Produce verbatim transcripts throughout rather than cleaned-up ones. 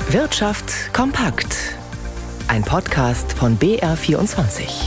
Wirtschaft kompakt. Ein Podcast von B R vierundzwanzig.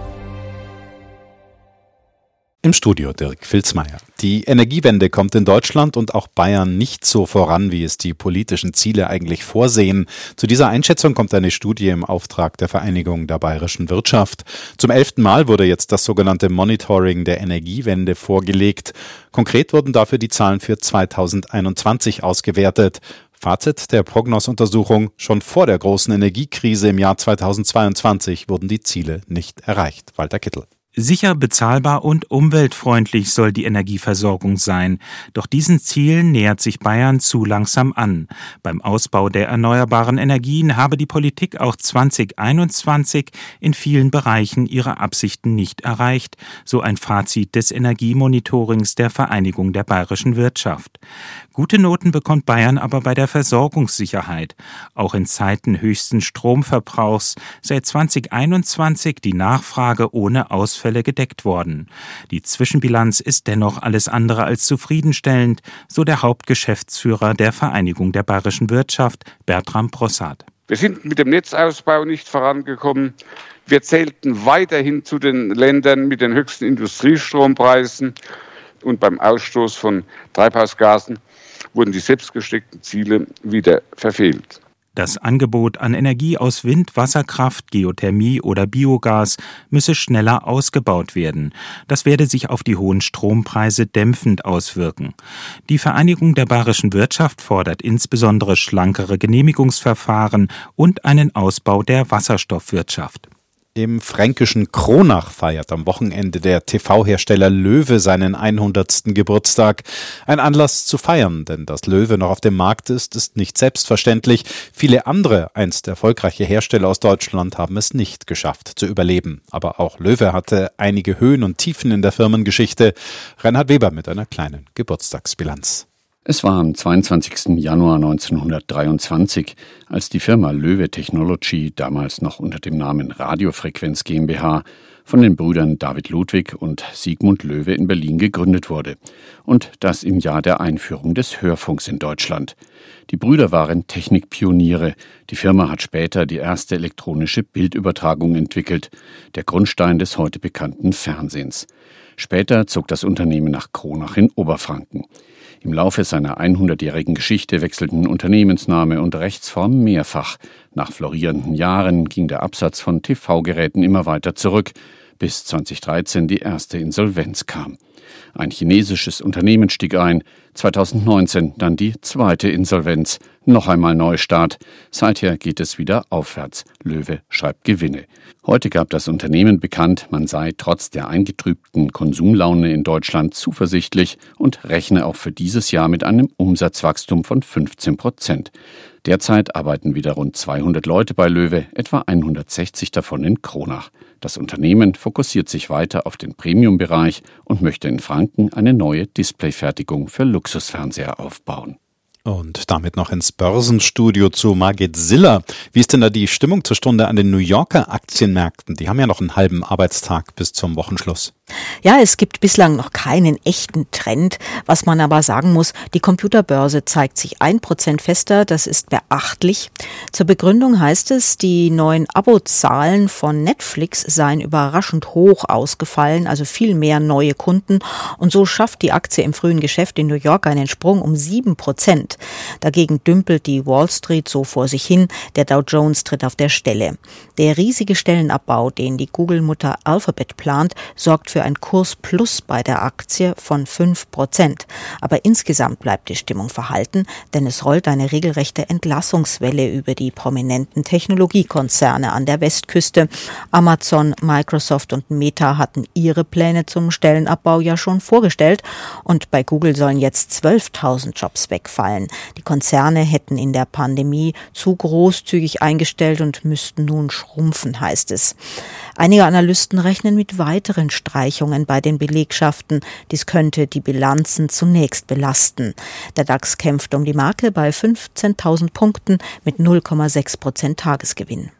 Im Studio Dirk Filzmeier. Die Energiewende kommt in Deutschland und auch Bayern nicht so voran, wie es die politischen Ziele eigentlich vorsehen. Zu dieser Einschätzung kommt eine Studie im Auftrag der Vereinigung der bayerischen Wirtschaft. Zum elften Mal wurde jetzt das sogenannte Monitoring der Energiewende vorgelegt. Konkret wurden dafür die Zahlen für zweitausendeinundzwanzig ausgewertet. Fazit der Prognos-Untersuchung: Schon vor der großen Energiekrise im Jahr zweitausendzweiundzwanzig wurden die Ziele nicht erreicht. Walter Kittel. Sicher, bezahlbar und umweltfreundlich soll die Energieversorgung sein. Doch diesen Zielen nähert sich Bayern zu langsam an. Beim Ausbau der erneuerbaren Energien habe die Politik auch zweitausendeinundzwanzig in vielen Bereichen ihre Absichten nicht erreicht, so ein Fazit des Energiemonitorings der Vereinigung der bayerischen Wirtschaft. Gute Noten bekommt Bayern aber bei der Versorgungssicherheit. Auch in Zeiten höchsten Stromverbrauchs sei zweitausendeinundzwanzig die Nachfrage ohne Ausfälle gedeckt worden. Die Zwischenbilanz ist dennoch alles andere als zufriedenstellend, so der Hauptgeschäftsführer der Vereinigung der bayerischen Wirtschaft, Bertram Brossard. Wir sind mit dem Netzausbau nicht vorangekommen. Wir zählten weiterhin zu den Ländern mit den höchsten Industriestrompreisen, und beim Ausstoß von Treibhausgasen wurden die selbstgesteckten Ziele wieder verfehlt. Das Angebot an Energie aus Wind, Wasserkraft, Geothermie oder Biogas müsse schneller ausgebaut werden. Das werde sich auf die hohen Strompreise dämpfend auswirken. Die Vereinigung der bayerischen Wirtschaft fordert insbesondere schlankere Genehmigungsverfahren und einen Ausbau der Wasserstoffwirtschaft. Im fränkischen Kronach feiert am Wochenende der T V-Hersteller Loewe seinen hundertsten Geburtstag. Ein Anlass zu feiern, denn dass Loewe noch auf dem Markt ist, ist nicht selbstverständlich. Viele andere, einst erfolgreiche Hersteller aus Deutschland haben es nicht geschafft zu überleben. Aber auch Loewe hatte einige Höhen und Tiefen in der Firmengeschichte. Reinhard Weber mit einer kleinen Geburtstagsbilanz. Es war am zweiundzwanzigsten Januar neunzehnhundertdreiundzwanzig, als die Firma Loewe Technology, damals noch unter dem Namen Radiofrequenz GmbH, von den Brüdern David Ludwig und Sigmund Loewe in Berlin gegründet wurde. Und das im Jahr der Einführung des Hörfunks in Deutschland. Die Brüder waren Technikpioniere. Die Firma hat später die erste elektronische Bildübertragung entwickelt, der Grundstein des heute bekannten Fernsehens. Später zog das Unternehmen nach Kronach in Oberfranken. Im Laufe seiner hundertjährigen Geschichte wechselten Unternehmensname und Rechtsform mehrfach. Nach florierenden Jahren ging der Absatz von T V-Geräten immer weiter zurück, bis zweitausenddreizehn die erste Insolvenz kam. Ein chinesisches Unternehmen stieg ein, zweitausendneunzehn dann die zweite Insolvenz. Noch einmal Neustart. Seither geht es wieder aufwärts. Loewe schreibt Gewinne. Heute gab das Unternehmen bekannt, man sei trotz der eingetrübten Konsumlaune in Deutschland zuversichtlich und rechne auch für dieses Jahr mit einem Umsatzwachstum von fünfzehn Prozent. Derzeit arbeiten wieder rund zweihundert Leute bei Loewe, etwa hundertsechzig davon in Kronach. Das Unternehmen fokussiert sich weiter auf den Premium-Bereich und möchte in Franken eine neue Displayfertigung für Luxusfernseher aufbauen. Und damit noch ins Börsenstudio zu Margit Siller. Wie ist denn da die Stimmung zur Stunde an den New Yorker Aktienmärkten? Die haben ja noch einen halben Arbeitstag bis zum Wochenschluss. Ja, es gibt bislang noch keinen echten Trend. Was man aber sagen muss, die Computerbörse zeigt sich ein Prozent fester. Das ist beachtlich. Zur Begründung heißt es, die neuen Abozahlen von Netflix seien überraschend hoch ausgefallen, also viel mehr neue Kunden. Und so schafft die Aktie im frühen Geschäft in New York einen Sprung um sieben Prozent. Dagegen dümpelt die Wall Street so vor sich hin. Der Dow Jones tritt auf der Stelle. Der riesige Stellenabbau, den die Google-Mutter Alphabet plant, sorgt für ein Kursplus bei der Aktie von fünf Prozent. Aber insgesamt bleibt die Stimmung verhalten, denn es rollt eine regelrechte Entlassungswelle über die prominenten Technologiekonzerne an der Westküste. Amazon, Microsoft und Meta hatten ihre Pläne zum Stellenabbau ja schon vorgestellt und bei Google sollen jetzt zwölftausend Jobs wegfallen. Die Konzerne hätten in der Pandemie zu großzügig eingestellt und müssten nun schrumpfen, heißt es. Einige Analysten rechnen mit weiteren Streichungen bei den Belegschaften. Dies könnte die Bilanzen zunächst belasten. Der DAX kämpft um die Marke bei fünfzehntausend Punkten mit null Komma sechs Prozent Tagesgewinn.